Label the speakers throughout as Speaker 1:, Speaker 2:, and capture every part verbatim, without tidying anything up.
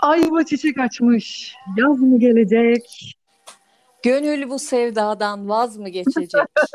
Speaker 1: Ayva çiçek açmış. Yaz mı gelecek?
Speaker 2: Gönül bu sevdadan vaz mı geçecek?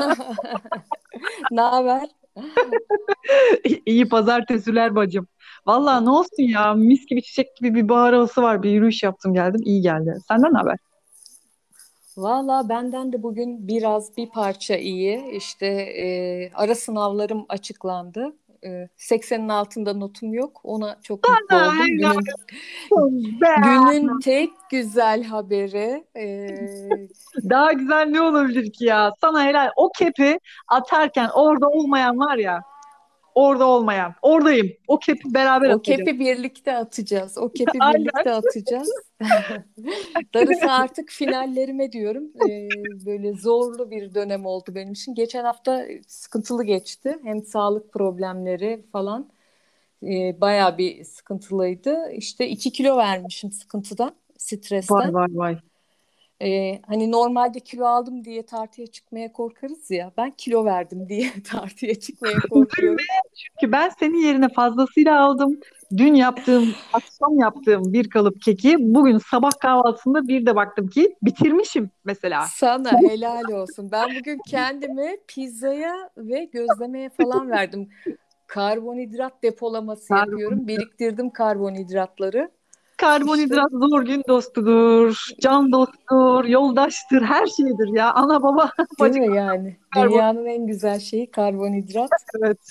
Speaker 2: Ne haber?
Speaker 1: İyi pazartesiler bacım. Vallahi ne olsun ya, mis gibi çiçek gibi bir bahar havası var. Bir yürüyüş yaptım geldim, iyi geldi. Senden ne haber?
Speaker 2: Valla benden de bugün biraz bir parça iyi. İşte e, ara sınavlarım açıklandı. E, seksenin altında notum yok. Ona çok mutlu
Speaker 1: Ha,
Speaker 2: oldum.
Speaker 1: helal
Speaker 2: Günün
Speaker 1: olsun be.
Speaker 2: günün tek güzel haberi. E,
Speaker 1: Daha güzel ne olabilir ki ya? Sana helal. O kepi atarken orada olmayan var ya, orada olmayan. Oradayım. O kepi beraber
Speaker 2: O
Speaker 1: atacağız.
Speaker 2: kepi birlikte atacağız. O kepi
Speaker 1: Aynen.
Speaker 2: birlikte atacağız. Darısı artık finallerime diyorum. Ee, böyle zorlu bir dönem oldu benim için. Geçen hafta sıkıntılı geçti. Hem sağlık problemleri falan e, bayağı bir sıkıntılıydı. İşte iki kilo vermişim sıkıntıdan,
Speaker 1: Vay
Speaker 2: stresten.
Speaker 1: vay vay.
Speaker 2: Ee, hani normalde kilo aldım diye tartıya çıkmaya korkarız ya. Ben kilo verdim diye tartıya çıkmaya korkuyorum.
Speaker 1: Çünkü ben senin yerine fazlasıyla aldım. Dün yaptığım, akşam yaptığım bir kalıp keki bugün sabah kahvaltısında bir de baktım ki bitirmişim mesela.
Speaker 2: Sana helal olsun. Ben bugün kendimi pizzaya ve gözlemeye falan verdim. Karbonhidrat depolaması yapıyorum.
Speaker 1: Karbonhidrat,
Speaker 2: Biriktirdim karbonhidratları. İşte
Speaker 1: karbonhidrat zor gün dostudur, can dostudur, yoldaştır, her şeydir ya. Ana baba
Speaker 2: değil
Speaker 1: bacı
Speaker 2: mi yani?
Speaker 1: karbonhidrat.
Speaker 2: Dünyanın en güzel şeyi karbonhidrat.
Speaker 1: Evet.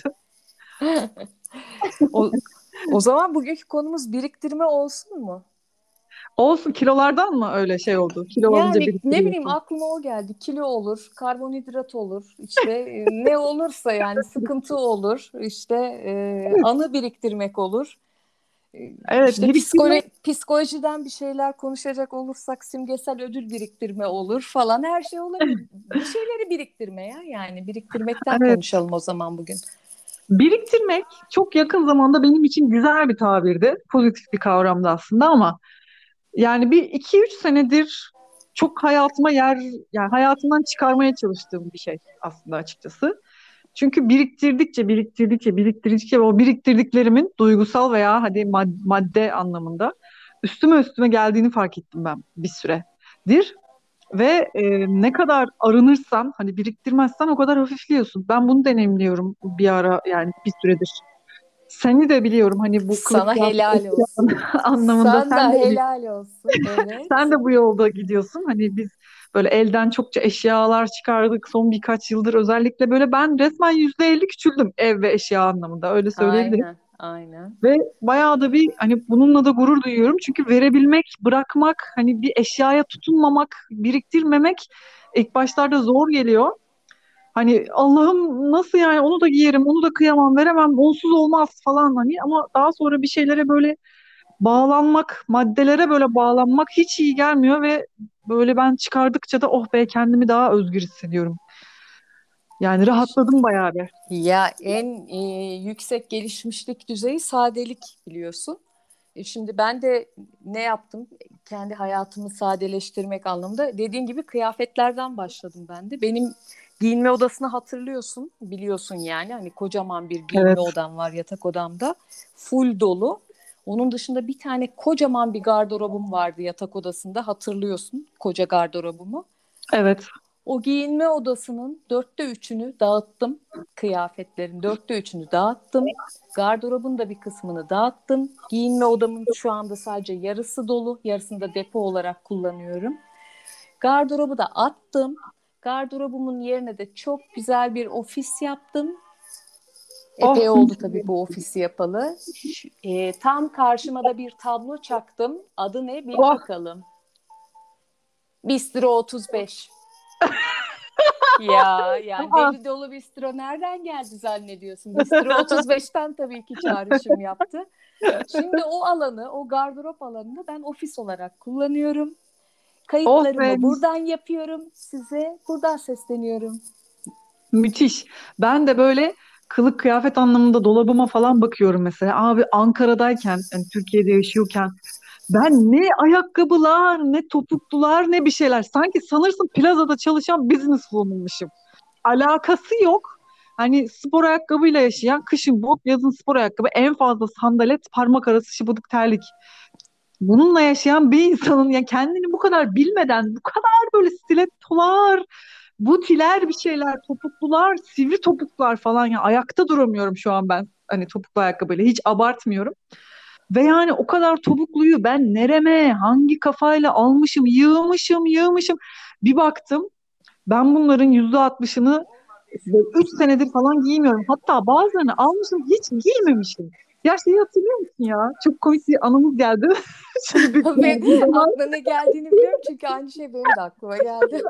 Speaker 2: O, o zaman bugünkü konumuz biriktirme olsun mu?
Speaker 1: Olsun, kilolardan mı öyle şey oldu? Kilo alınca
Speaker 2: Yani ne bileyim
Speaker 1: biriktiriyorsun.
Speaker 2: aklıma o geldi. Kilo olur, karbonhidrat olur, işte e, ne olursa yani sıkıntı olur, işte e, anı biriktirmek olur. E,
Speaker 1: Evet,
Speaker 2: İşte psikolo
Speaker 1: biriktirmek.
Speaker 2: psikolojiden bir şeyler konuşacak olursak simgesel ödül biriktirme olur falan her şey olabilir. Bir şeyleri biriktirme ya yani biriktirmekten
Speaker 1: Evet.
Speaker 2: konuşalım o zaman bugün.
Speaker 1: Biriktirmek çok yakın zamanda benim için güzel bir tabirdi. Pozitif bir kavramdı aslında ama yani bir iki üç senedir çok hayatıma yer, yani hayatımdan çıkarmaya çalıştığım bir şey aslında açıkçası. Çünkü biriktirdikçe, biriktirdikçe, biriktirdikçe ve o biriktirdiklerimin duygusal veya hadi mad- madde anlamında üstüme üstüme geldiğini fark ettim ben bir süredir. Ve e, ne kadar arınırsan, hani biriktirmezsen o kadar hafifliyorsun. Ben bunu deneyimliyorum bir ara, yani bir süredir. Seni de biliyorum, hani bu kılık
Speaker 2: Sana
Speaker 1: kıyafet
Speaker 2: helal
Speaker 1: eşya
Speaker 2: olsun.
Speaker 1: anlamında
Speaker 2: Sana
Speaker 1: sen de
Speaker 2: helal olsun. Evet.
Speaker 1: sen de bu yolda gidiyorsun. Hani biz böyle elden çokça eşyalar çıkardık son birkaç yıldır. Özellikle böyle ben resmen yüzde elli küçüldüm ev ve eşya anlamında, öyle söyleyebilirim.
Speaker 2: Aynen, aynen.
Speaker 1: Ve bayağı da bir, hani bununla da gurur duyuyorum. Çünkü verebilmek, bırakmak, hani bir eşyaya tutunmamak, biriktirmemek ilk başlarda zor geliyor. Hani Allah'ım nasıl yani, onu da giyerim, onu da kıyamam, veremem, onsuz olmaz falan hani, ama daha sonra bir şeylere böyle bağlanmak, maddelere böyle bağlanmak hiç iyi gelmiyor ve böyle ben çıkardıkça da oh be, kendimi daha özgür hissediyorum. Yani rahatladım bayağı bir.
Speaker 2: Ya en e, yüksek gelişmişlik düzeyi sadelik biliyorsun. E, Şimdi ben de ne yaptım? Kendi hayatımı sadeleştirmek anlamında. Dediğin gibi kıyafetlerden başladım ben de. Benim giyinme odasını hatırlıyorsun, biliyorsun yani. Hani kocaman bir giyinme
Speaker 1: Evet,
Speaker 2: odam var yatak odamda. Full dolu. Onun dışında bir tane kocaman bir gardırobum vardı yatak odasında. Hatırlıyorsun koca gardırobumu.
Speaker 1: evet.
Speaker 2: O giyinme odasının dörtte üçünü dağıttım. Kıyafetlerin dörtte üçünü dağıttım. Gardırobun da bir kısmını dağıttım. Giyinme odamın şu anda sadece yarısı dolu. Yarısını da depo olarak kullanıyorum. Gardırobu da attım. Gardırobumun yerine de çok güzel bir ofis yaptım. Epey
Speaker 1: Oh,
Speaker 2: oldu tabii bu ofisi yapalı. Şu- e, tam karşıma da bir tablo çaktım. Adı ne? Bil
Speaker 1: oh.
Speaker 2: bakalım. Bistro otuz beş. Ya yani
Speaker 1: Aa,
Speaker 2: deli dolu bistro nereden geldi zannediyorsun? Bistro otuz beşten tabii ki çağrışım yaptı. Şimdi o alanı, o gardırop alanını ben ofis olarak kullanıyorum.
Speaker 1: oh be,
Speaker 2: Kayıtlarımı buradan yapıyorum. Size buradan sesleniyorum.
Speaker 1: müthiş. Ben de böyle kılık kıyafet anlamında dolabıma falan bakıyorum mesela. Abi Ankara'dayken, yani Türkiye'de yaşıyorken ben ne ayakkabılar, ne topuklular, ne bir şeyler. Sanki sanırsın plazada çalışan businesswoman'mışım. Alakası yok. Hani spor ayakkabıyla yaşayan, kışın bot, yazın spor ayakkabı, en fazla sandalet, parmak arası şıbıdık terlik. bununla yaşayan bir insanın ya kendini bu kadar bilmeden bu kadar böyle stilettolar, butiler, bir şeyler, topuklular, sivri topuklar falan, ya ayakta duramıyorum şu an ben. Hani topuklu ayakkabıyla hiç abartmıyorum. Ve yani o kadar topukluyu ben nereme, hangi kafayla almışım, yığmışım, yığmışım. Bir baktım ben bunların yüzde altmışını üç senedir falan giymiyorum. Hatta bazılarını almışım hiç giymemişim. Ya şeyi hatırlıyor musun ya? Çok komik bir anımız geldi. Şimdi bir,
Speaker 2: Ve
Speaker 1: bir zaman
Speaker 2: aklına ne geldiğini biliyorum çünkü aynı şey benim de aklıma geldi.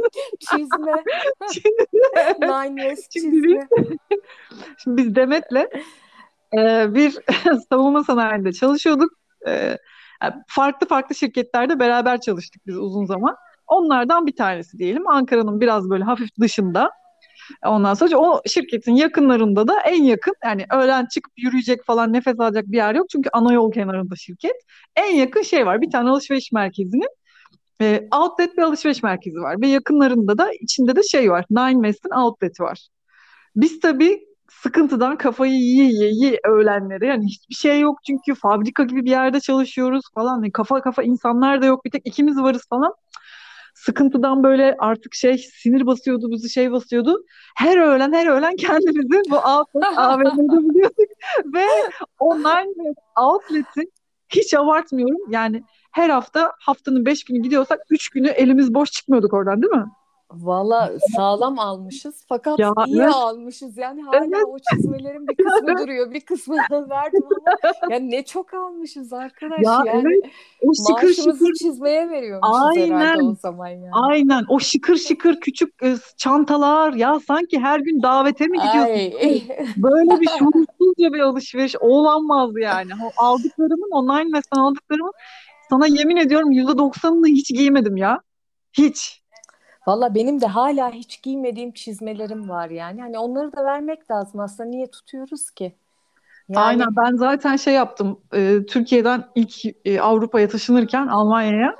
Speaker 2: Çizme,
Speaker 1: şimdi,
Speaker 2: Nine West
Speaker 1: şimdi, biz,
Speaker 2: çizme.
Speaker 1: şimdi biz Demet'le e, bir savunma sanayinde çalışıyorduk. E, yani farklı farklı şirketlerde beraber çalıştık biz uzun zaman. Onlardan bir tanesi diyelim. Ankara'nın biraz böyle hafif dışında. Ondan sonra o şirketin yakınlarında da en yakın, yani öğlen çıkıp yürüyecek falan nefes alacak bir yer yok. Çünkü ana yol kenarında şirket. En yakın şey var. Bir tane alışveriş merkezinin e, outlet bir alışveriş merkezi var. Ve yakınlarında da içinde de şey var. Nine West'in outlet'i var. Biz tabii sıkıntıdan kafayı yiye yiye yiye öğlenleri, yani hiçbir şey yok çünkü fabrika gibi bir yerde çalışıyoruz falan. Yani kafa kafa insanlar da yok, bir tek ikimiz varız falan. Sıkıntıdan böyle artık şey sinir basıyordu bizi, şey basıyordu. Her öğlen her öğlen kendimizi bu outlet A V M'de buluyorduk ve online outlet'i hiç abartmıyorum. Yani her hafta haftanın beş günü gidiyorsak üç günü elimiz boş çıkmıyorduk oradan, değil mi?
Speaker 2: Valla sağlam almışız fakat
Speaker 1: Ya
Speaker 2: iyi
Speaker 1: evet,
Speaker 2: almışız. Yani hala
Speaker 1: evet.
Speaker 2: o çizmelerin bir kısmı duruyor, bir kısmını verdim ama yani ne çok almışız arkadaş.
Speaker 1: Ya
Speaker 2: Yani
Speaker 1: evet. O şıkır
Speaker 2: maaşımızı
Speaker 1: şıkır,
Speaker 2: çizmeye veriyormuşuz herhalde o
Speaker 1: aynen.
Speaker 2: zaman yani.
Speaker 1: Aynen o şıkır şıkır küçük e, çantalar, ya sanki her gün davete mi gidiyorsun? Böyle
Speaker 2: Ay.
Speaker 1: böyle bir şuursuzca bir alışveriş olamazdı yani. O aldıklarımın, online mesela aldıklarımın, sana yemin ediyorum yüzde doksanını hiç giymedim ya. Hiç.
Speaker 2: Valla benim de hala hiç giymediğim çizmelerim var yani. Hani onları da vermek lazım aslında. Niye tutuyoruz ki?
Speaker 1: Aynen,
Speaker 2: Yani
Speaker 1: ben zaten şey yaptım. e, Türkiye'den ilk e, Avrupa'ya taşınırken Almanya'ya,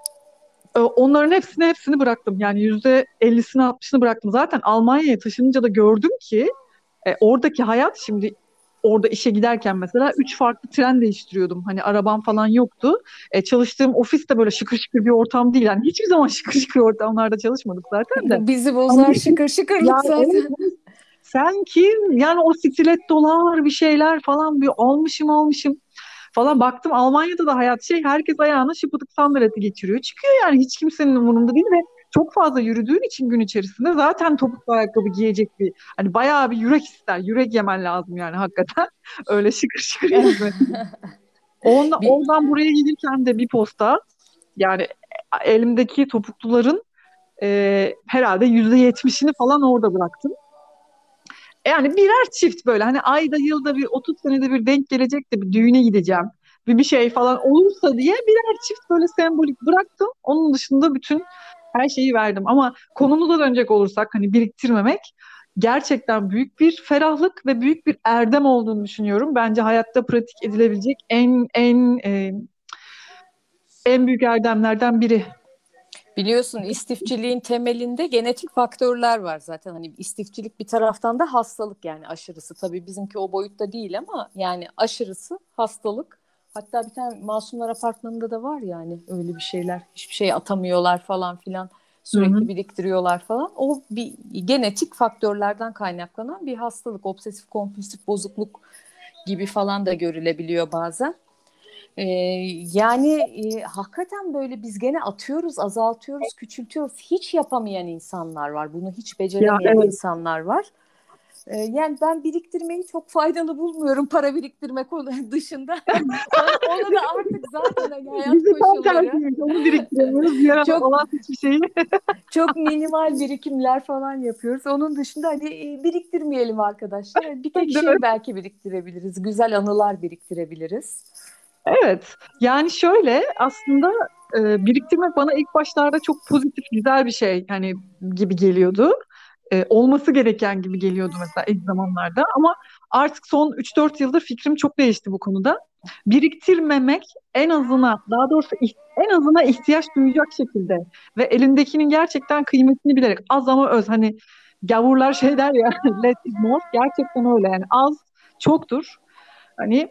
Speaker 1: e, onların hepsini hepsini bıraktım. Yani yüzde ellisini altmışını bıraktım. Zaten Almanya'ya taşınınca da gördüm ki E, oradaki hayat, şimdi orada işe giderken mesela üç farklı tren değiştiriyordum. Hani arabam falan yoktu. E, çalıştığım ofis de böyle şıkır şıkır bir ortam değil. Yani hiçbir zaman şıkır şıkır ortamlarda çalışmadık zaten de.
Speaker 2: bu bizi
Speaker 1: Ama
Speaker 2: bozar şıkır şıkırlık
Speaker 1: yani evet,
Speaker 2: zaten.
Speaker 1: evet. Sen kim? Yani o stilettolar bir şeyler falan bir almışım almışım falan. Baktım Almanya'da da hayat şey, herkes ayağına şıpıdık sandaleti geçiriyor. Çıkıyor yani, hiç kimsenin umurunda değil ve çok fazla yürüdüğün için gün içerisinde zaten topuklu ayakkabı giyecek bir, hani bayağı bir yürek ister. Yürek yemen lazım yani hakikaten. Öyle şıkır şıkır gezmek. Ondan,
Speaker 2: Bir,
Speaker 1: oradan buraya gelirken de bir posta, yani elimdeki topukluların e, herhalde yüzde yetmişini falan orada bıraktım. Yani birer çift böyle, hani ayda yılda bir, otuz senede bir denk gelecek de bir düğüne gideceğim. Bir bir şey falan olursa diye birer çift böyle sembolik bıraktım. Onun dışında bütün her şeyi verdim. Ama konumuza dönecek olursak, hani biriktirmemek gerçekten büyük bir ferahlık ve büyük bir erdem olduğunu düşünüyorum. Bence hayatta pratik edilebilecek en en e, en büyük erdemlerden biri.
Speaker 2: biliyorsun istifçiliğin temelinde genetik faktörler var zaten. Hani istifçilik bir taraftan da hastalık yani aşırısı. Tabii bizimki o boyutta değil ama yani aşırısı hastalık. Hatta bir tane Masumlar Apartmanı'nda da var yani öyle bir şeyler. Hiçbir şey atamıyorlar falan filan.
Speaker 1: Hı hı.
Speaker 2: Sürekli biriktiriyorlar falan. O bir genetik faktörlerden kaynaklanan bir hastalık. Obsesif kompulsif bozukluk gibi falan da görülebiliyor bazen. Ee, yani e, hakikaten böyle biz gene atıyoruz, azaltıyoruz, küçültüyoruz. Hiç yapamayan insanlar var. Bunu hiç
Speaker 1: Ya
Speaker 2: beceremeyen
Speaker 1: evet.
Speaker 2: insanlar var. Ee, yani ben biriktirmeyi çok faydalı bulmuyorum para biriktirme konu dışında. Onu, onu da artık zaten hani hayat
Speaker 1: Bizi tam
Speaker 2: koşulları
Speaker 1: tersi. Onu biriktiremiyoruz. Diğer
Speaker 2: çok
Speaker 1: olan hiçbir şeyi.
Speaker 2: çok minimal birikimler falan yapıyoruz. Onun dışında hani e, biriktirmeyelim arkadaşlar. Hani bir tek
Speaker 1: Değil mi?
Speaker 2: şey belki biriktirebiliriz. Güzel anılar biriktirebiliriz.
Speaker 1: Evet. Yani şöyle aslında e, biriktirmek bana ilk başlarda çok pozitif, güzel bir şey hani gibi geliyordu. E, olması gereken gibi geliyordu mesela ilk zamanlarda. Ama artık son üç dört yıldır fikrim çok değişti bu konuda. Biriktirmemek, en azına, daha doğrusu ih- en azına ihtiyaç duyacak şekilde ve elindekinin gerçekten kıymetini bilerek, az ama öz, hani gavurlar şey der ya less is more, gerçekten öyle yani, az çoktur. Hani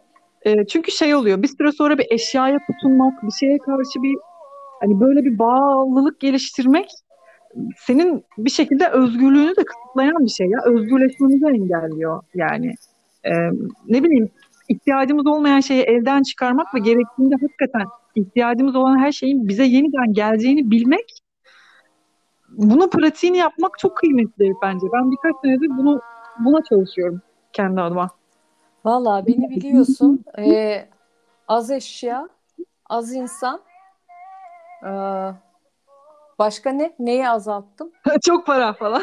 Speaker 1: E, çünkü şey oluyor, bir süre sonra bir eşyaya tutunmak, bir şeye karşı bir hani böyle bir bağlılık geliştirmek senin bir şekilde özgürlüğünü de kısıtlayan bir şey ya. Özgürleşmemizi engelliyor yani. Ee, ne bileyim, ihtiyacımız olmayan şeyi elden çıkarmak ve gerektiğinde hakikaten ihtiyacımız olan her şeyin bize yeniden geleceğini bilmek, bunu pratiğini yapmak çok kıymetli bence. Ben birkaç senedir bunu buna çalışıyorum kendi adıma.
Speaker 2: Valla beni biliyorsun. Ee, az eşya, az insan. Ee, başka ne? Neyi azalttım?
Speaker 1: Çok para falan.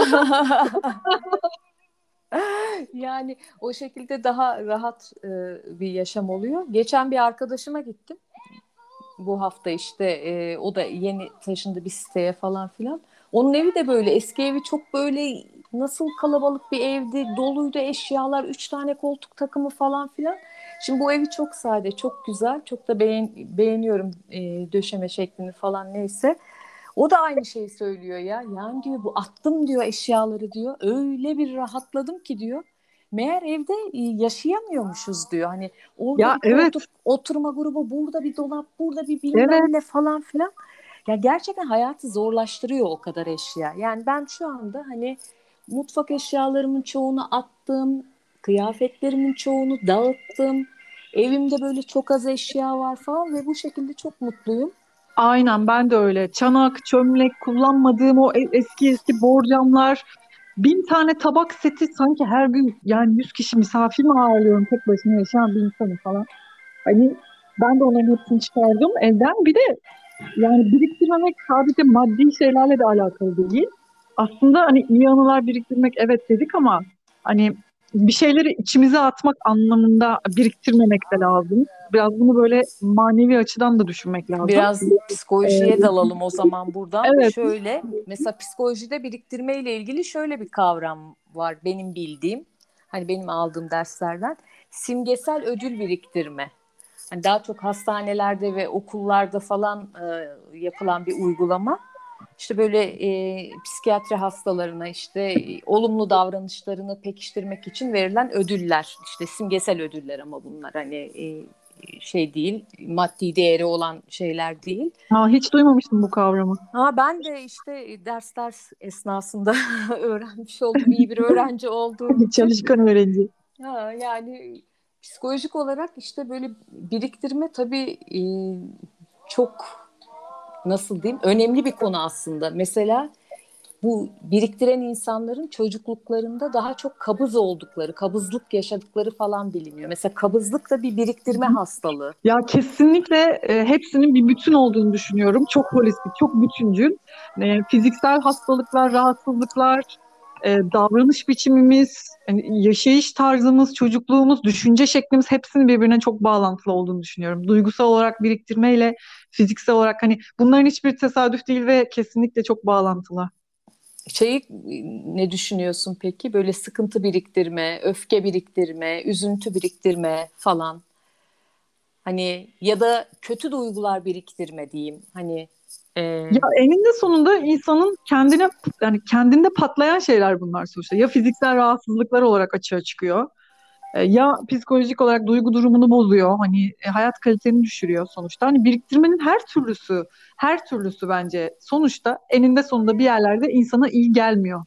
Speaker 2: Yani o şekilde daha rahat e, bir yaşam oluyor. Geçen bir arkadaşıma gittim. Bu hafta işte e, o da yeni taşındı bir siteye falan filan. Onun evi de böyle eski evi, çok böyle nasıl kalabalık bir evdi. Doluydu eşyalar, üç tane koltuk takımı falan filan. Şimdi bu evi çok sade, çok güzel. Çok da beğen, beğeniyorum e, döşeme şeklini falan neyse. O da aynı şeyi söylüyor ya. Yani diyor bu attım diyor eşyaları diyor. Öyle bir rahatladım ki diyor. Meğer evde e, yaşayamıyormuşuz diyor. Hani orada
Speaker 1: Ya
Speaker 2: bir
Speaker 1: evet,
Speaker 2: koltuk, oturma grubu, burada bir dolap, burada bir
Speaker 1: evet.
Speaker 2: bilmem ne falan filan. Ya gerçekten hayatı zorlaştırıyor o kadar eşya. Yani ben şu anda hani mutfak eşyalarımın çoğunu attım. Kıyafetlerimin çoğunu dağıttım. Evimde böyle çok az eşya var falan ve bu şekilde çok mutluyum.
Speaker 1: Aynen, ben de öyle. Çanak, çömlek, kullanmadığım o e- eski eski borcamlar, bin tane tabak seti, sanki her gün yani yüz kişi misafir mi ağırlıyorum, tek başına yaşayan bir insanım falan. Hani ben de onların hepsini çıkardım evden. Bir de yani biriktirmemek sadece maddi şeylerle de alakalı değil. Aslında hani iyi anılar biriktirmek, evet dedik, ama hani bir şeyleri içimize atmak anlamında biriktirmemek de lazım. Biraz bunu böyle manevi açıdan da düşünmek lazım.
Speaker 2: Biraz psikolojiye
Speaker 1: Ee,
Speaker 2: dalalım o zaman buradan.
Speaker 1: evet,
Speaker 2: Şöyle, mesela psikolojide biriktirme ile ilgili şöyle bir kavram var benim bildiğim. Hani benim aldığım derslerden simgesel ödül biriktirme. Hani daha çok hastanelerde ve okullarda falan e, yapılan bir uygulama. İşte böyle e, psikiyatri hastalarına işte e, olumlu davranışlarını pekiştirmek için verilen ödüller. İşte simgesel ödüller ama bunlar hani e, şey değil, maddi değeri olan şeyler değil.
Speaker 1: ha, hiç duymamıştım bu kavramı.
Speaker 2: Ha ben de işte ders ders esnasında öğrenmiş oldum iyi bir öğrenci olduğum için.
Speaker 1: Çalışkan öğrenci.
Speaker 2: Ha, yani psikolojik olarak işte böyle biriktirme tabii e, çok nasıl diyeyim önemli bir konu aslında. Mesela bu biriktiren insanların çocukluklarında daha çok kabız oldukları, kabızlık yaşadıkları falan biliniyor. Mesela kabızlık da bir biriktirme hastalığı.
Speaker 1: Ya kesinlikle, e, hepsinin bir bütün olduğunu düşünüyorum. Çok holistik, çok bütüncül. E, fiziksel hastalıklar, rahatsızlıklar, e, davranış biçimimiz, yani yaşayış tarzımız, çocukluğumuz, düşünce şeklimiz, hepsinin birbirine çok bağlantılı olduğunu düşünüyorum. Duygusal olarak biriktirmeyle fiziksel olarak, hani bunların hiçbir tesadüf değil ve kesinlikle çok bağlantılı.
Speaker 2: Şeyi ne düşünüyorsun peki? Böyle sıkıntı biriktirme, öfke biriktirme, üzüntü biriktirme falan. Hani ya da kötü duygular biriktirme diyeyim. Hani e,
Speaker 1: Ya eninde sonunda insanın kendine, yani kendinde patlayan şeyler bunlar sonuçta. Ya fiziksel rahatsızlıklar olarak açığa çıkıyor. E, ya psikolojik olarak duygu durumunu bozuyor. Hani e, hayat kaliteni düşürüyor sonuçta. Hani biriktirmenin her türlüsü, her türlüsü bence sonuçta eninde sonunda bir yerlerde insana iyi gelmiyor.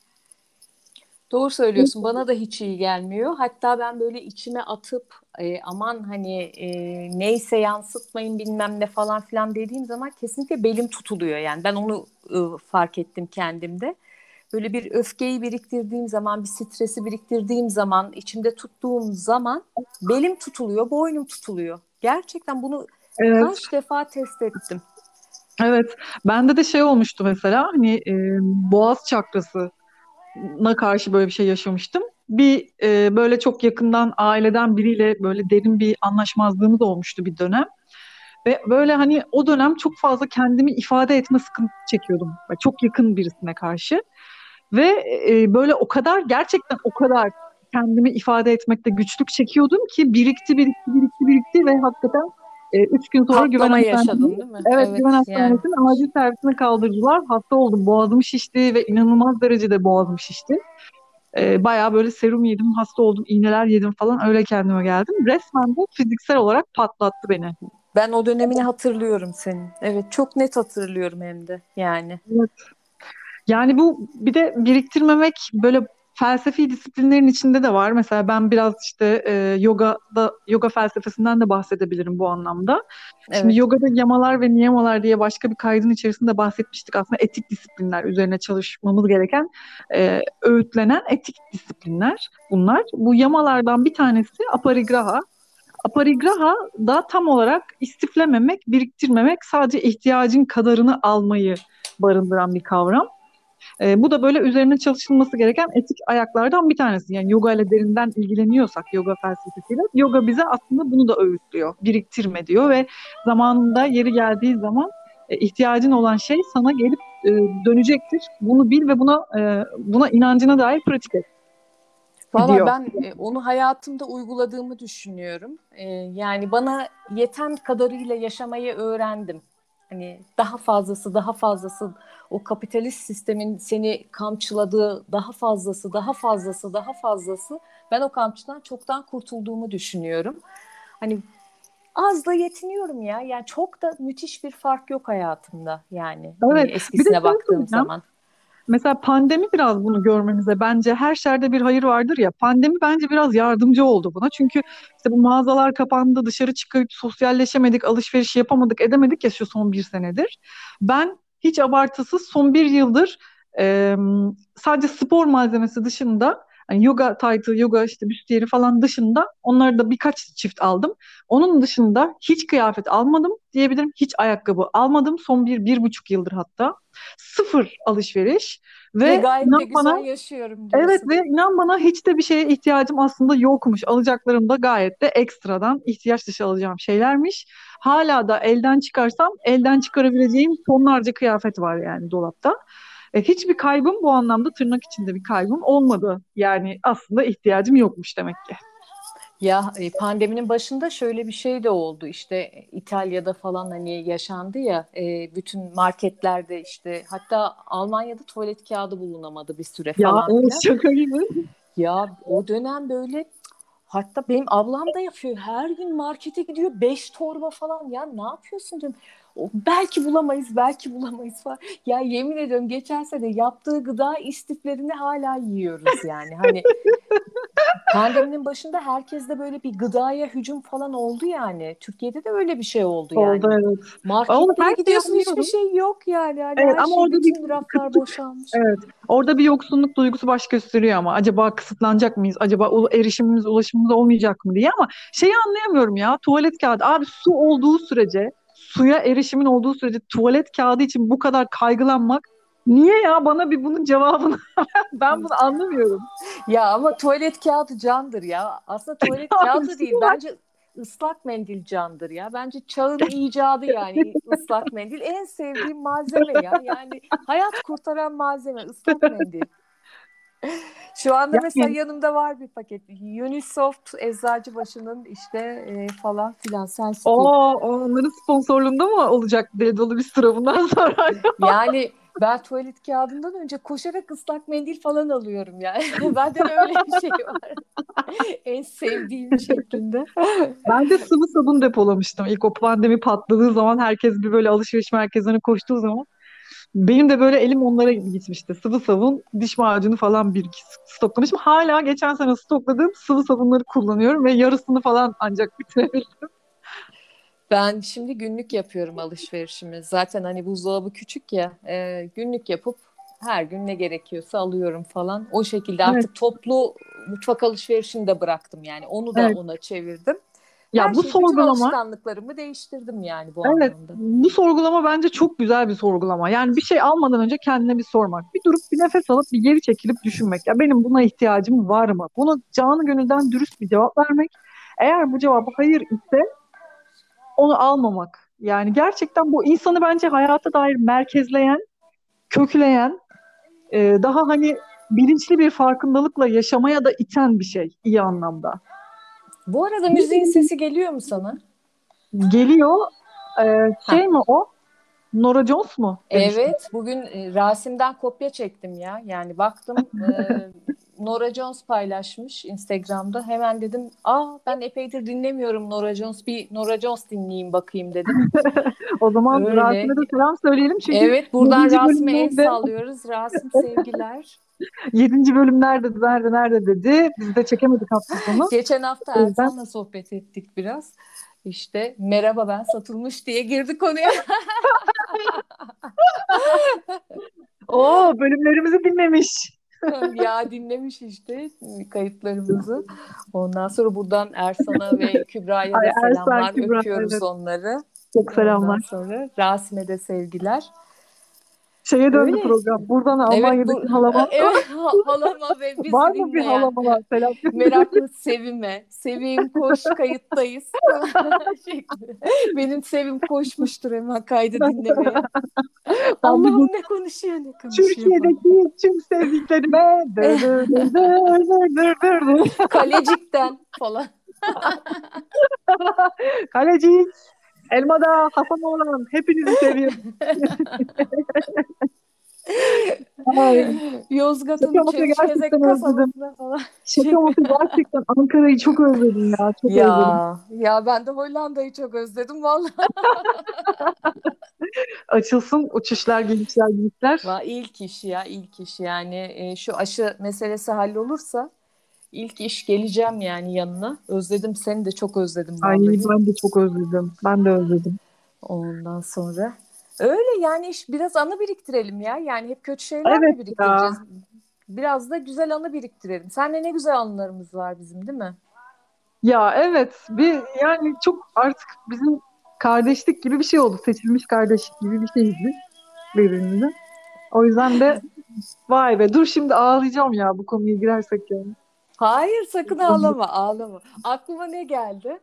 Speaker 2: doğru söylüyorsun. Bana da hiç iyi gelmiyor. Hatta ben böyle içime atıp e, aman hani e, neyse yansıtmayın bilmem ne falan filan dediğim zaman kesinlikle belim tutuluyor. Yani ben onu e, fark ettim kendimde. Böyle bir öfkeyi biriktirdiğim zaman, bir stresi biriktirdiğim zaman, içimde tuttuğum zaman belim tutuluyor, boynum tutuluyor. Gerçekten bunu
Speaker 1: Evet,
Speaker 2: kaç defa test ettim.
Speaker 1: evet. Bende de şey olmuştu mesela, hani e, boğaz çakrasına karşı böyle bir şey yaşamıştım. Bir e, böyle çok yakından aileden biriyle böyle derin bir anlaşmazlığımız olmuştu bir dönem. Ve böyle hani o dönem çok fazla kendimi ifade etme sıkıntısı çekiyordum. Böyle çok yakın birisine karşı. Ve e, böyle o kadar, gerçekten o kadar kendimi ifade etmekte güçlük çekiyordum ki birikti birikti birikti birikti ve hakikaten e, üç gün sonra güven
Speaker 2: Patlama
Speaker 1: hastanesine,
Speaker 2: yaşadın değil mi?
Speaker 1: evet, güven
Speaker 2: Evet yani.
Speaker 1: hastanesinin acil servisine kaldırdılar. Hasta oldum, boğazım şişti ve inanılmaz derecede boğazım şişti. E, bayağı böyle serum yedim, hasta oldum, iğneler yedim falan, öyle kendime geldim. Resmen bu fiziksel olarak patlattı beni.
Speaker 2: Ben o dönemini hatırlıyorum senin. Evet, çok net hatırlıyorum hem de yani.
Speaker 1: Evet. Yani bu bir de biriktirmemek böyle felsefi disiplinlerin içinde de var. Mesela ben biraz işte e, yogada yoga felsefesinden de bahsedebilirim bu anlamda. Şimdi
Speaker 2: Evet.
Speaker 1: yogada yamalar ve niyamalar diye başka bir kaydın içerisinde bahsetmiştik. Aslında etik disiplinler üzerine çalışmamız gereken, e, öğütlenen etik disiplinler bunlar. Bu yamalardan bir tanesi aparigraha. Aparigraha da tam olarak istiflememek, biriktirmemek, sadece ihtiyacın kadarını almayı barındıran bir kavram. E, bu da böyle üzerine çalışılması gereken etik ayaklardan bir tanesi. Yani yoga ile derinden ilgileniyorsak yoga felsefesiyle, yoga bize aslında bunu da öğütlüyor. Biriktirme diyor ve zamanında yeri geldiği zaman e, ihtiyacın olan şey sana gelip e, dönecektir. Bunu bil ve buna e, buna inancına dair pratik et
Speaker 2: Valla
Speaker 1: diyor.
Speaker 2: ben e, onu hayatımda uyguladığımı düşünüyorum. E, yani bana yeten kadarıyla yaşamayı öğrendim. Hani daha fazlası, daha fazlası, o kapitalist sistemin seni kamçıladığı daha fazlası, daha fazlası, daha fazlası. Ben o kamçıdan çoktan kurtulduğumu düşünüyorum. Hani azla yetiniyorum ya. Yani çok da müthiş bir fark yok hayatımda yani. Hani
Speaker 1: Evet. Bir de
Speaker 2: eskisine
Speaker 1: şey
Speaker 2: baktığım
Speaker 1: söyleyeceğim.
Speaker 2: zaman.
Speaker 1: Mesela pandemi biraz bunu görmemize, bence her şerde bir hayır vardır ya. Pandemi bence biraz yardımcı oldu buna. Çünkü işte bu mağazalar kapandı, dışarı çıkıp sosyalleşemedik, alışveriş yapamadık, edemedik ya şu son bir senedir. Ben hiç abartısız son bir yıldır e, sadece spor malzemesi dışında, hani yoga taytı, yoga işte büstiyeri falan dışında, onları da birkaç çift aldım. Onun dışında hiç kıyafet almadım diyebilirim. Hiç ayakkabı almadım. Son bir, bir buçuk yıldır hatta. Sıfır alışveriş
Speaker 2: Ve
Speaker 1: ve
Speaker 2: gayet de
Speaker 1: inan bana,
Speaker 2: güzel yaşıyorum
Speaker 1: evet,
Speaker 2: diyorsun.
Speaker 1: ve inan bana hiç de bir şeye ihtiyacım aslında yokmuş. Alacaklarım da gayet de ekstradan ihtiyaç dışı alacağım şeylermiş. Hala da elden çıkarsam elden çıkarabileceğim tonlarca kıyafet var yani dolapta. E, hiçbir kaybım bu anlamda, tırnak içinde bir kaybım olmadı. Yani aslında ihtiyacım yokmuş demek ki.
Speaker 2: Ya e, pandeminin başında şöyle bir şey de oldu işte e, İtalya'da falan hani yaşandı ya e, bütün marketlerde işte hatta Almanya'da tuvalet kağıdı bulunamadı bir süre
Speaker 1: Ya
Speaker 2: falan
Speaker 1: evet,
Speaker 2: filan.
Speaker 1: şaka gibi.
Speaker 2: Ya o dönem böyle hatta benim ablam da yapıyor her gün markete gidiyor beş torba falan ya ne yapıyorsun diyorum. O, belki bulamayız belki bulamayız falan. Ya yemin ediyorum geçen sene yaptığı gıda istiflerini hala yiyoruz yani hani. Pandeminin başında herkeste böyle bir gıdaya hücum falan oldu yani. Türkiye'de de öyle bir şey oldu
Speaker 1: Oldu,
Speaker 2: yani.
Speaker 1: evet. Onu
Speaker 2: Marketlere
Speaker 1: her şeyi
Speaker 2: gidiyorsun hiçbir
Speaker 1: anlıyorum.
Speaker 2: şey yok yani. Hani
Speaker 1: Evet,
Speaker 2: her
Speaker 1: ama
Speaker 2: şey
Speaker 1: orada bir
Speaker 2: bütün raflar
Speaker 1: kıtlık,
Speaker 2: boşalmış.
Speaker 1: evet. Orada bir yoksunluk duygusu baş gösteriyor ama acaba kısıtlanacak mıyız? Acaba u- erişimimiz, ulaşımımız olmayacak mı diye, ama şeyi anlayamıyorum ya. Tuvalet kağıdı. Abi, su olduğu sürece, suya erişimin olduğu sürece tuvalet kağıdı için bu kadar kaygılanmak niye ya? Bana bir bunun cevabını ben bunu anlamıyorum.
Speaker 2: Ya ama tuvalet kağıdı candır ya. Aslında tuvalet
Speaker 1: Abi,
Speaker 2: kağıdı
Speaker 1: su
Speaker 2: değil.
Speaker 1: var.
Speaker 2: Bence ıslak mendil candır ya. Bence çağın icadı yani ıslak mendil. En sevdiğim malzeme ya. Yani hayat kurtaran malzeme ıslak mendil. Şu anda mesela
Speaker 1: Yani
Speaker 2: yanımda var bir paket. Unisoft Eczacıbaşı'nın işte e, falan filan
Speaker 1: o
Speaker 2: Sensibil.
Speaker 1: onların sponsorluğunda mı olacak deli dolu bir sıra bundan sonra?
Speaker 2: Yani ben tuvalet kağıdından önce koşarak ıslak mendil falan alıyorum yani. Bende de öyle bir şey var. En sevdiğim şeklinde.
Speaker 1: Ben de sıvı sabun depolamıştım. İlk o pandemi patladığı zaman, herkes bir böyle alışveriş merkezlerine koştuğu zaman benim de böyle elim onlara gitmişti. Sıvı sabun, diş macunu falan bir iki stoklamışım. Hala geçen sene stokladığım sıvı sabunları kullanıyorum ve yarısını falan ancak bitirebildim.
Speaker 2: Ben şimdi günlük yapıyorum alışverişimi. Zaten hani buzdolabı küçük ya. E, günlük yapıp her gün ne gerekiyorsa alıyorum falan. O şekilde
Speaker 1: Evet,
Speaker 2: artık toplu mutfak alışverişini de bıraktım yani. Onu da
Speaker 1: evet.
Speaker 2: ona çevirdim. Her
Speaker 1: Ya bu
Speaker 2: şey, bütün
Speaker 1: sorgulama,
Speaker 2: alışkanlıklarımı değiştirdim yani bu
Speaker 1: evet,
Speaker 2: anlamda.
Speaker 1: bu sorgulama bence çok güzel bir sorgulama. Yani bir şey almadan önce kendine bir sormak. Bir durup bir nefes alıp bir geri çekilip düşünmek. Ya benim buna ihtiyacım var mı? Buna canı gönülden dürüst bir cevap vermek. Eğer bu cevap hayır ise onu almamak. Yani gerçekten bu insanı bence hayata dair merkezleyen, kökleyen, e, daha hani bilinçli bir farkındalıkla yaşamaya da iten bir şey, iyi anlamda.
Speaker 2: Bu arada müziğin sesi geliyor mu sana?
Speaker 1: Geliyor. E,
Speaker 2: Ha,
Speaker 1: şey mi o? Nora Jones mu demiştin?
Speaker 2: evet, bugün e, Rasim'den kopya çektim ya. Yani baktım e, Nora Jones paylaşmış Instagram'da. Hemen dedim, aa ben epeydir dinlemiyorum Nora Jones. Bir Nora Jones dinleyeyim bakayım dedim.
Speaker 1: O zaman Rasim'e
Speaker 2: Öyle.
Speaker 1: de selam söyleyelim çünkü
Speaker 2: Evet, buradan
Speaker 1: yedinci
Speaker 2: Rasim'e el
Speaker 1: bölümlerde
Speaker 2: sallıyoruz. Rasim sevgiler.
Speaker 1: yedinci bölüm nerede nerede nerede dedi. Biz de çekemedik hafta sonu.
Speaker 2: Geçen hafta
Speaker 1: O yüzden
Speaker 2: Ertan'la sohbet ettik biraz. İşte merhaba ben satılmış diye girdi konuya.
Speaker 1: o bölümlerimizi dinlemiş.
Speaker 2: Ya dinlemiş işte kayıtlarımızı. Ondan sonra buradan Ersan'a ve Kübra'ya
Speaker 1: Ay
Speaker 2: da
Speaker 1: Ersan
Speaker 2: selamlar.
Speaker 1: Kübra,
Speaker 2: Öpüyoruz
Speaker 1: evet,
Speaker 2: onları.
Speaker 1: çok
Speaker 2: Ondan
Speaker 1: selamlar.
Speaker 2: sonra Rasim'e de sevgiler.
Speaker 1: Şeye döndü
Speaker 2: Öyle işte.
Speaker 1: program. Buradan
Speaker 2: Evet bu
Speaker 1: Almanya'daki halama.
Speaker 2: evet halama ve
Speaker 1: Var
Speaker 2: bizi
Speaker 1: mı bir
Speaker 2: dinleyen
Speaker 1: halamalar? Selam gönderiyorum.
Speaker 2: meraklı Sevim'e. Sevim koş kayıttayız falan şeklinde. Benim Sevim koşmuştur hemen kaydı dinlemeye.
Speaker 1: Ben bir gün
Speaker 2: Allah'ım ne konuşuyor ne konuşuyor falan.
Speaker 1: Türkiye'deki tüm sevdiklerime dır dır dır dır dır dır dır dır.
Speaker 2: Kalecikten falan.
Speaker 1: Kaleci, Elmada, Hasan Oğlan hepinizi seviyorum. Ay,
Speaker 2: Yozgat'ın
Speaker 1: şaka maka gerçekten
Speaker 2: Çemişgezek
Speaker 1: özledim.
Speaker 2: kasabasına falan.
Speaker 1: Şaka maka gerçekten Ankara'yı çok özledim ya. Çok özledim.
Speaker 2: Ya ya ben de Hollanda'yı çok özledim vallahi.
Speaker 1: Açılsın uçuşlar, gelişler, gidişler.
Speaker 2: Va ilk iş ya ilk iş yani e, şu aşı meselesi hallolursa ilk iş geleceğim yani yanına. Özledim seni de çok özledim
Speaker 1: Ay
Speaker 2: vallahi.
Speaker 1: ben de çok özledim. Ben de özledim.
Speaker 2: Ondan sonra öyle yani iş biraz anı biriktirelim ya. Yani hep kötü şeyler
Speaker 1: Evet
Speaker 2: mi
Speaker 1: ya.
Speaker 2: biriktireceğiz? Biraz da güzel anı biriktirelim. Seninle ne güzel anılarımız var bizim değil mi?
Speaker 1: Ya evet. Bir yani çok artık bizim kardeşlik gibi bir şey oldu. Seçilmiş kardeşlik gibi bir şeyiz biz birbirimize. O yüzden de vay be dur şimdi ağlayacağım ya bu konuya girersek yani.
Speaker 2: Hayır sakın ağlama ağlama. Aklıma ne geldi?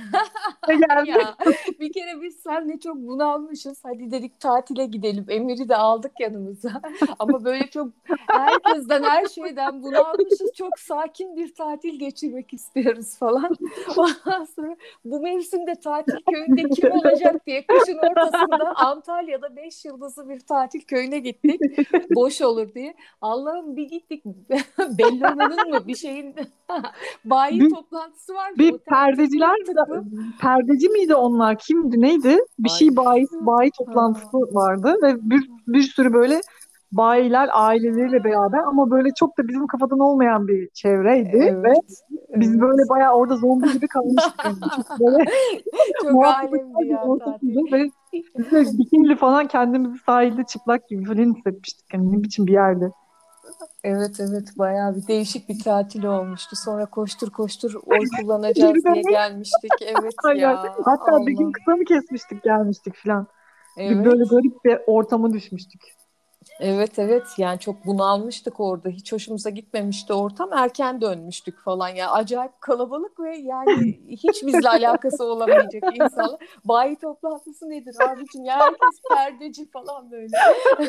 Speaker 1: Ne geldi?
Speaker 2: Ya bir kere biz seninle çok bunalmışız. Hadi dedik tatile gidelim. Emir'i de aldık yanımıza. Ama böyle çok herkesten her şeyden bunalmışız. Çok sakin bir tatil geçirmek istiyoruz falan. Ondan sonra bu mevsimde tatil köyünde kim olacak diye kışın ortasında Antalya'da beş yıldızlı bir tatil köyüne gittik. Boş olur diye. Allah'ım bir gittik. Bellona'nın mı bir şeyin bayi
Speaker 1: Bir,
Speaker 2: toplantısı varmış.
Speaker 1: bir
Speaker 2: Otel
Speaker 1: perdeciler
Speaker 2: tıklım tıklım.
Speaker 1: perdeci miydi onlar? Kimdi neydi? Bir
Speaker 2: Ay.
Speaker 1: şey bayi, bayi toplantısı
Speaker 2: Ha.
Speaker 1: vardı ve bir, bir sürü böyle bayiler aileleriyle beraber ama böyle çok da bizim kafadan olmayan bir çevreydi ve
Speaker 2: Evet.
Speaker 1: biz
Speaker 2: Evet.
Speaker 1: böyle bayağı orada zombi gibi kalmıştık yani. Çok böyle
Speaker 2: Çok alemdi
Speaker 1: muhafazakar bir
Speaker 2: ya tatil.
Speaker 1: ortamıydı ve biz de bikinili falan kendimizi sahilde çıplak gibi falan hissetmiştik. Yani ne biçim bir yerdi.
Speaker 2: Evet evet bayağı bir değişik bir tatil olmuştu. Sonra koştur koştur oy
Speaker 1: Geri
Speaker 2: kullanacağız diye
Speaker 1: dönmek.
Speaker 2: gelmiştik. Evet
Speaker 1: Aynen.
Speaker 2: ya
Speaker 1: Hatta bir gün
Speaker 2: Allah.
Speaker 1: kısa mı kesmiştik gelmiştik falan. Bir böyle
Speaker 2: Evet.
Speaker 1: garip bir ortama düşmüştük.
Speaker 2: Evet evet yani çok bunalmıştık orada. Hiç hoşumuza gitmemişti ortam. Erken dönmüştük falan ya. Acayip kalabalık ve yani hiç bizle alakası olamayacak insanlar. Bayi toplantısı nedir abicim ya herkes perdeci falan böyle.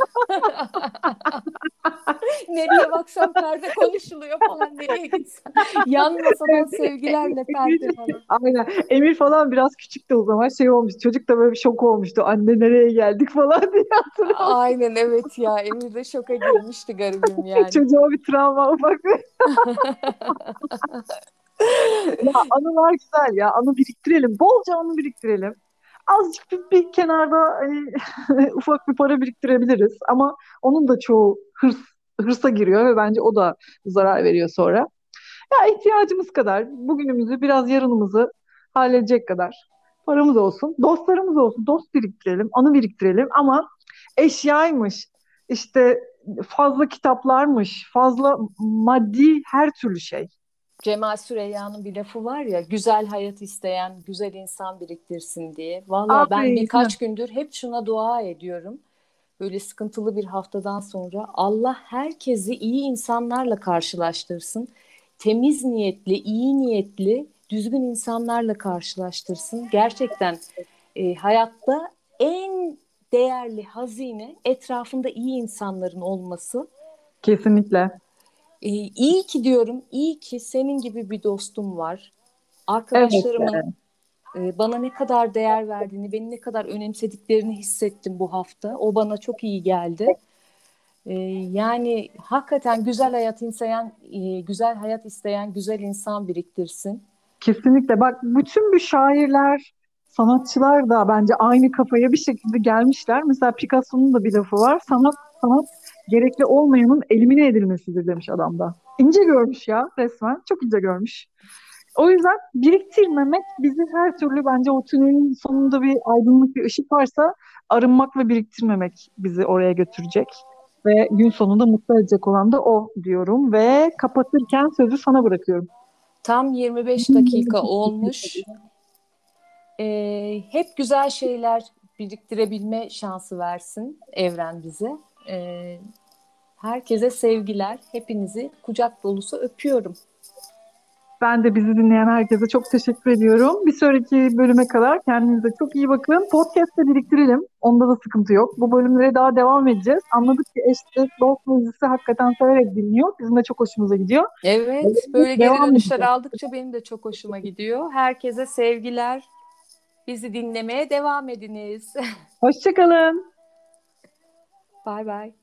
Speaker 2: Nereye baksam perde konuşuluyor falan nereye gitsen. Yan masadan
Speaker 1: Evet.
Speaker 2: sevgilerle perde
Speaker 1: Emir,
Speaker 2: falan.
Speaker 1: aynen. Emir falan biraz küçüktü o zaman şey olmuş. Çocuk da böyle bir şok olmuştu. Anne nereye geldik falan diye hatırlıyorum.
Speaker 2: Aynen evet ya Emir de şoka girmişti garibim yani.
Speaker 1: Çocuğa bir travma ufak bir. Ya anılar güzel ya. Anı biriktirelim. Bolca anı biriktirelim. Azıcık bir, bir kenarda hani, ufak bir para biriktirebiliriz. Ama onun da çoğu hırs, hırsa giriyor ve bence o da zarar veriyor sonra. Ya ihtiyacımız kadar bugünümüzü biraz yarınımızı halledecek kadar paramız olsun. Dostlarımız olsun. Dost biriktirelim. Anı biriktirelim. Ama eşyaymış. İşte fazla kitaplarmış. Fazla maddi her türlü şey.
Speaker 2: Cemal Süreyya'nın bir lafı var ya güzel hayat isteyen güzel insan biriktirsin diye. Valla ben
Speaker 1: Aynen.
Speaker 2: birkaç gündür hep şuna dua ediyorum. Böyle sıkıntılı bir haftadan sonra Allah herkesi iyi insanlarla karşılaştırsın. Temiz niyetli, iyi niyetli, düzgün insanlarla karşılaştırsın. Gerçekten e, hayatta en değerli hazine etrafında iyi insanların olması.
Speaker 1: Kesinlikle.
Speaker 2: E, iyi ki diyorum, iyi ki senin gibi bir dostum var.
Speaker 1: Evet.
Speaker 2: Arkadaşlarımın e, bana ne kadar değer verdiğini, beni ne kadar önemsediklerini hissettim bu hafta. O bana çok iyi geldi. Ee, yani hakikaten güzel hayat isteyen, e, güzel hayat isteyen güzel insan biriktirsin.
Speaker 1: Kesinlikle. Bak bütün bu şairler, sanatçılar da bence aynı kafaya bir şekilde gelmişler. Mesela Picasso'nun da bir lafı var. Sanat, sanat gerekli olmayanın elimine edilmesidir demiş adam da. İnce görmüş ya resmen. Çok ince görmüş. O yüzden biriktirmemek bizi her türlü bence o tünelin sonunda bir aydınlık bir ışık varsa arınmak ve biriktirmemek bizi oraya götürecek. Ve gün sonunda mutlu edecek olan da o diyorum ve kapatırken sözü sana bırakıyorum.
Speaker 2: Tam yirmi beş dakika olmuş. Ee, hep güzel şeyler biriktirebilme şansı versin evren bize. Ee, herkese sevgiler. Hepinizi kucak dolusu öpüyorum.
Speaker 1: Ben de bizi dinleyen herkese çok teşekkür ediyorum. Bir sonraki bölüme kadar kendinize çok iyi bakın. Podcast'te biriktirelim. Onda da sıkıntı yok. Bu bölümlere daha devam edeceğiz. Anladık ki eşlik dost meclisi hakikaten severek dinliyor. Bizim de çok hoşumuza gidiyor.
Speaker 2: Evet, böyle geri
Speaker 1: Devam
Speaker 2: dönüşler
Speaker 1: edeceğiz.
Speaker 2: aldıkça benim de çok hoşuma gidiyor. Herkese sevgiler. Bizi dinlemeye devam ediniz.
Speaker 1: Hoşçakalın.
Speaker 2: Bay bay.